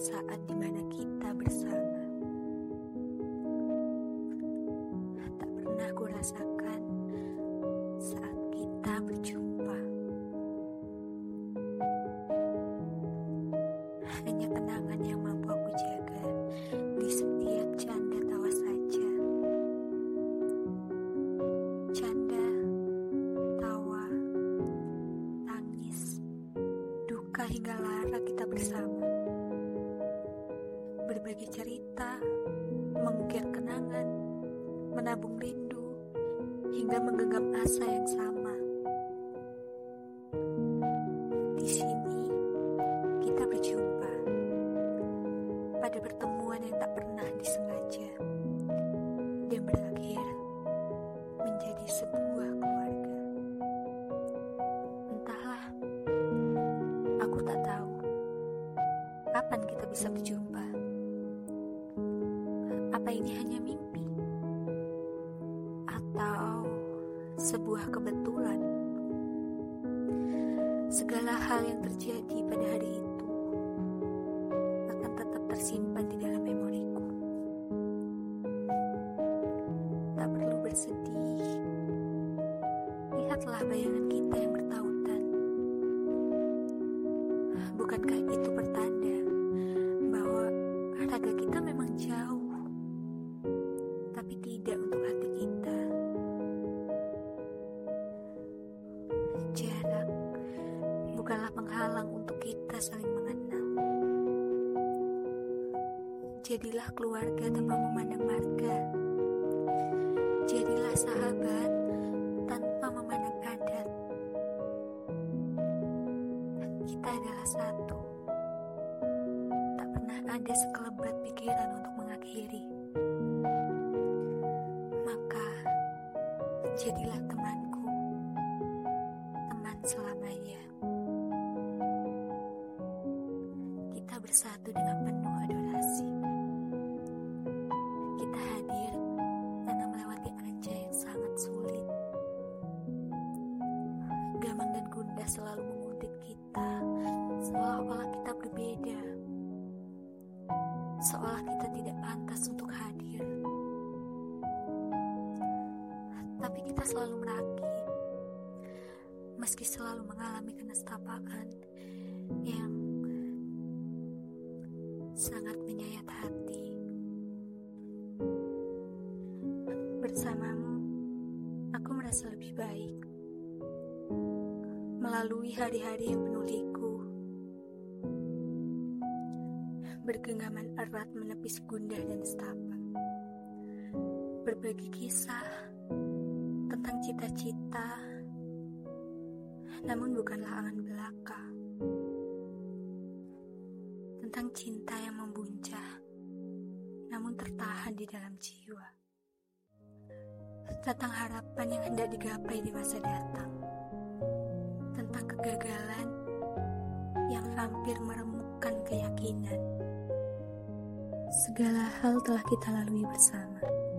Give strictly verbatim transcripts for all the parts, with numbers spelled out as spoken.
saat dimana kita bersama. Tak pernah ku rasakan saat kita berjumpa. Hanya kenangan yang mampu aku jaga di setiap canda tawa saja. Canda, tawa, tangis, duka hingga lara kita bersama. Berbagi cerita, mengukir kenangan, menabung rindu, hingga menggenggam asa yang sama. Di sini, kita berjumpa pada pertemuan yang tak pernah disengaja dan berakhir menjadi sebuah keluarga. Entahlah, aku tak tahu kapan kita bisa berjumpa. Apa ini hanya mimpi? Atau sebuah kebetulan? Segala hal yang terjadi pada hari itu akan tetap tersimpan di dalam memoriku. Tak perlu bersedih. Lihatlah bayangan kita yang bertautan. Bukankah itu pertanda bahwa raga kita memang jauh? Tapi tidak untuk hati kita. Jarak bukanlah penghalang untuk kita saling mengenal. Jadilah keluarga tanpa memandang marga. Jadilah sahabat tanpa memandang adat. Kita adalah satu. Tak pernah ada sekelebat pikiran untuk mengakhiri. Maka, jadilah temanku, teman selamanya. Kita bersatu dengan penuh adorasi. Kita hadir tanpa melewati anja yang sangat sulit. Gamang dan gundah selalu mengundit kita, seolah-olah kita berbeda. Seolah kita tidak pantas untuk hadir. Tapi kita selalu merakit, meski selalu mengalami kenestapaan yang sangat menyayat hati. Bersamamu, aku merasa lebih baik. Melalui hari-hari yang penuh liku, bergenggaman erat menepis gundah dan nestapa. Berbagi kisah tentang cita-cita, namun bukanlah angan belaka. Tentang cinta yang membuncah, namun tertahan di dalam jiwa. Tentang harapan yang hendak digapai di masa datang. Tentang kegagalan yang hampir meremukkan keyakinan. Segala hal telah kita lalui bersama.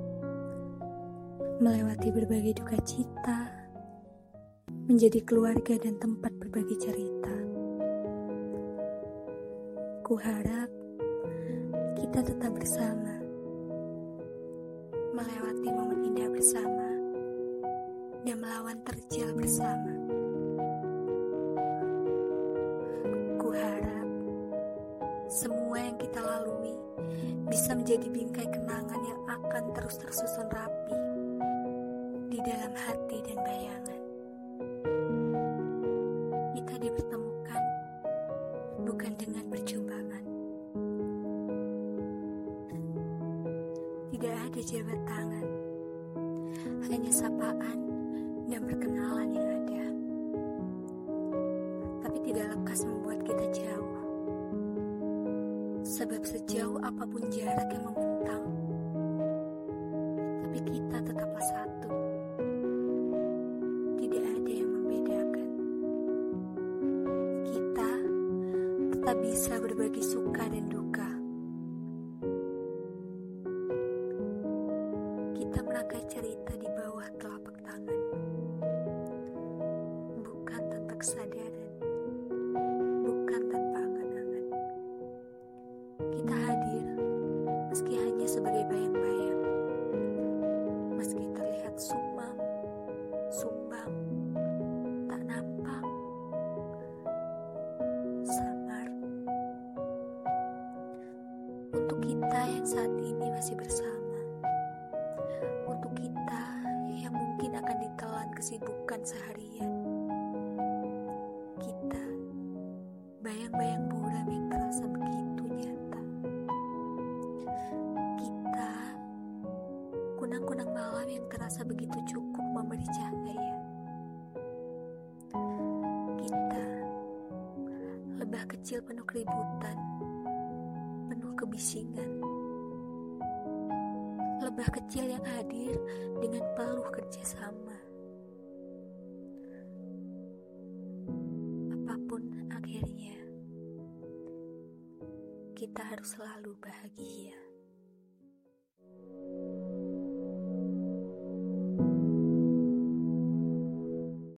Melewati berbagai duka cita, menjadi keluarga dan tempat berbagi cerita. Kuharap kita tetap bersama, melewati momen indah bersama, dan melawan terjal bersama. Kuharap semua yang kita lalui bisa menjadi bingkai kenangan yang akan terus tersusun rapi di dalam hati dan bayangan. Kita dipertemukan bukan dengan perjumpaan. Tidak ada jabat tangan, hanya sapaan dan perkenalan yang ada. Tapi tidak lekas membuat kita jauh. Sebab sejauh apapun jarak yang membentang, tapi kita tetaplah satu. Tidak ada yang membedakan. Kita tetap bisa berbagi suka dan duka. Kita merangkai cerita di bawah telapak tangan. Bukan tanpa kesadaran, bukan tanpa angan-angan. masih bersama. Untuk kita yang mungkin akan ditelan kesibukan seharian. Kita, bayang-bayang buram yang terasa begitu nyata. Kita, kunang-kunang malam yang terasa begitu cukup memberi cahaya. Kita, lebah kecil penuh keributan, penuh kebisingan. Lebah kecil yang hadir dengan peluh kerjasama. Apapun akhirnya, kita harus selalu bahagia.